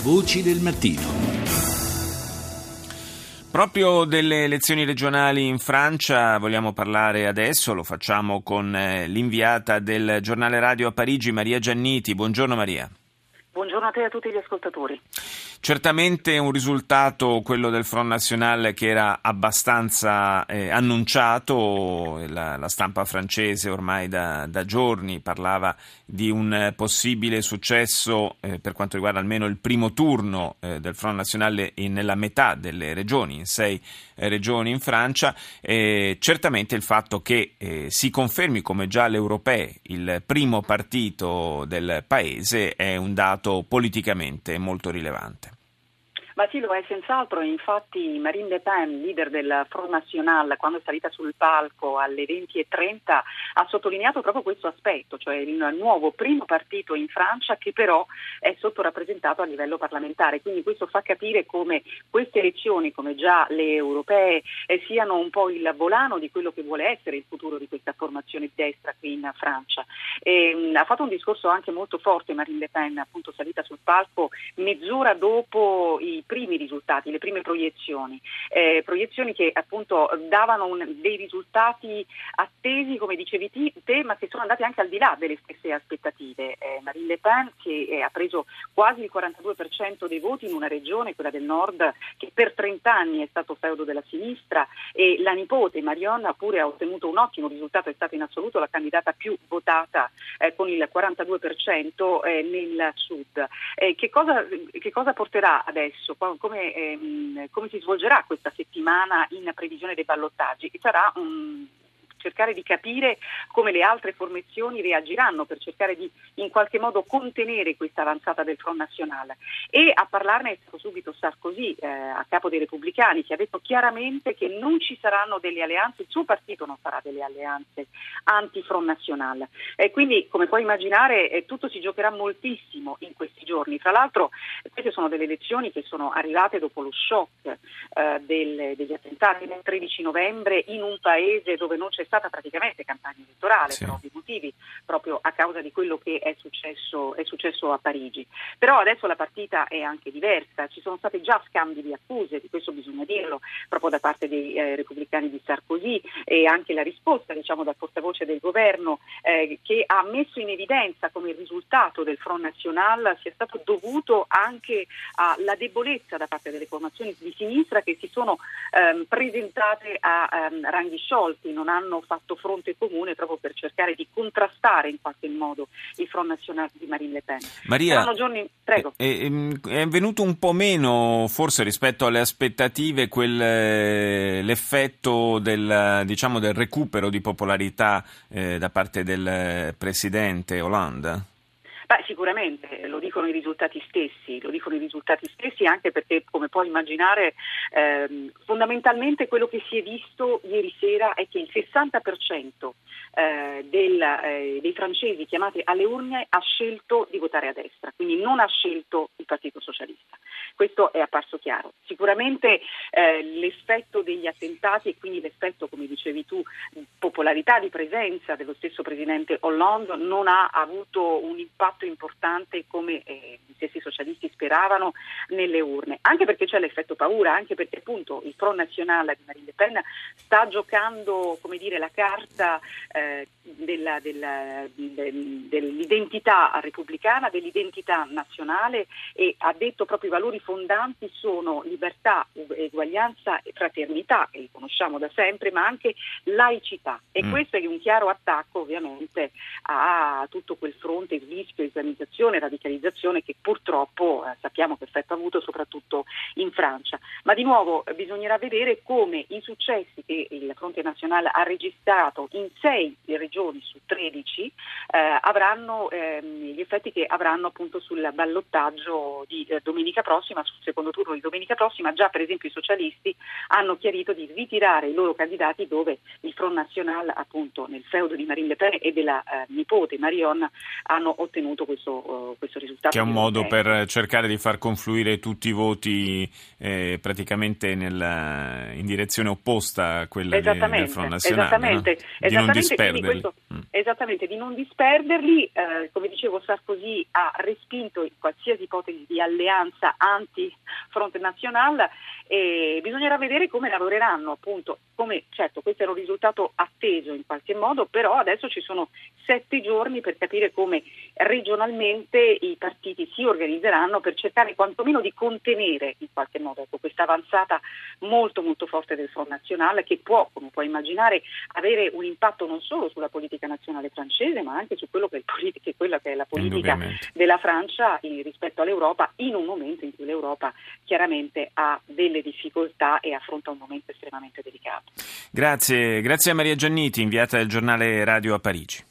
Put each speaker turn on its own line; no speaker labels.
Voci del mattino.
Proprio delle elezioni regionali in Francia vogliamo parlare adesso, lo facciamo con l'inviata del giornale radio a Parigi, Maria Gianniti. Buongiorno Maria.
Buongiorno a te e a tutti gli ascoltatori.
Certamente un risultato, quello del Front National, che era abbastanza annunciato. La stampa francese ormai da giorni parlava di un possibile successo per quanto riguarda almeno il primo turno del Front National nella metà delle regioni, in 6 regioni in Francia. Certamente il fatto che si confermi come già alle europee il primo partito del paese è un dato politicamente molto rilevante.
Ma sì, lo è senz'altro, infatti Marine Le Pen, leader del Front National, quando è salita sul palco alle 20:30 ha sottolineato proprio questo aspetto, cioè il nuovo primo partito in Francia che però è sottorappresentato a livello parlamentare, quindi questo fa capire come queste elezioni, come già le europee, siano un po' il volano di quello che vuole essere il futuro di questa formazione di destra qui in Francia. Ha fatto un discorso anche molto forte Marine Le Pen, appunto salita sul palco mezz'ora dopo i primi risultati, le prime proiezioni che appunto davano dei risultati attesi, come dicevi te, ma che sono andati anche al di là delle stesse aspettative. Marine Le Pen che ha preso quasi il 42% dei voti in una regione, quella del nord, che per 30 anni è stato feudo della sinistra, e la nipote Marion pure ha ottenuto un ottimo risultato, è stata in assoluto la candidata più votata con il 42% nel sud. Che cosa porterà adesso? Come si svolgerà questa settimana in previsione dei ballottaggi? Sarà cercare di capire come le altre formazioni reagiranno per cercare di in qualche modo contenere questa avanzata del Front National. E a parlarne è stato subito Sarkozy, a capo dei repubblicani, che ha detto chiaramente che non ci saranno delle alleanze, il suo partito non farà delle alleanze anti-Front National. Quindi, come puoi immaginare, tutto si giocherà moltissimo in questi giorni. Tra l'altro queste sono delle elezioni che sono arrivate dopo lo shock degli attentati del 13 novembre in un paese dove non c'è stata praticamente campagna elettorale, sì, per ovvi motivi, proprio a causa di quello che è successo a Parigi. Però adesso la partita è anche diversa, ci sono stati già scambi di accuse, di questo bisogna dirlo, proprio da parte dei repubblicani di Sarkozy, e anche la risposta, dal portavoce del governo che ha messo in evidenza come il risultato del Front National sia stato dovuto anche alla debolezza da parte delle formazioni di sinistra che si sono presentate a ranghi sciolti, non hanno fatto fronte comune proprio per cercare di contrastare in qualche modo il Front National di Marine Le Pen.
Maria,
prego.
È venuto un po' meno forse rispetto alle aspettative l'effetto del recupero di popolarità da parte del presidente Hollande?
Beh, sicuramente lo dicono i risultati stessi anche perché, come puoi immaginare, fondamentalmente quello che si è visto ieri sera è che il 60% dei francesi chiamati alle urne ha scelto di votare a destra, quindi non ha scelto il Partito Socialista. Questo è apparso chiaro. Sicuramente l'effetto degli attentati e quindi l'effetto, come dicevi tu, popolarità di presenza dello stesso presidente Hollande non ha avuto un impatto importante come gli stessi socialisti speravano nelle urne, anche perché c'è l'effetto paura, anche perché appunto il Front National di Marine Le Pen sta giocando, la carta dell'identità repubblicana, dell'identità nazionale, e ha detto proprio i valori fondanti sono libertà, eguaglianza e fraternità, che li conosciamo da sempre, ma anche laicità. E questo è un chiaro attacco ovviamente a tutto quel fronte rischio, islamizzazione, radicalizzazione che purtroppo sappiamo che effetto ha avuto soprattutto in Francia. Ma di nuovo bisognerà vedere come i successi che il Fronte National ha registrato in 6 regioni su 13 avranno gli effetti che avranno appunto sul ballottaggio di domenica prossima, sul secondo turno di domenica prossima. Già per esempio i socialisti hanno chiarito di ritirare i loro candidati, dove il Front National appunto nel feudo di Marine Le Pen e della nipote Marion hanno ottenuto questo risultato.
Che è un modo per cercare di far confluire distribuire tutti i voti praticamente in direzione opposta a quella del Front Nazionale, no? Di non disperderli.
Esattamente, di non disperderli. Come dicevo, Sarkozy ha respinto qualsiasi ipotesi di alleanza anti-Front National e bisognerà vedere come lavoreranno, appunto. Certo, questo era un risultato atteso in qualche modo, però adesso ci sono 7 giorni per capire come regionalmente i partiti si organizzeranno per cercare quantomeno di contenere in qualche modo questa avanzata molto molto forte del Front National, che può, come puoi immaginare, avere un impatto non solo sulla politica nazionale francese, ma anche su quello che è la politica della Francia rispetto all'Europa, in un momento in cui l'Europa chiaramente ha delle difficoltà e affronta un momento estremamente delicato.
Grazie a Maria Gianniti, inviata del giornale Radio a Parigi.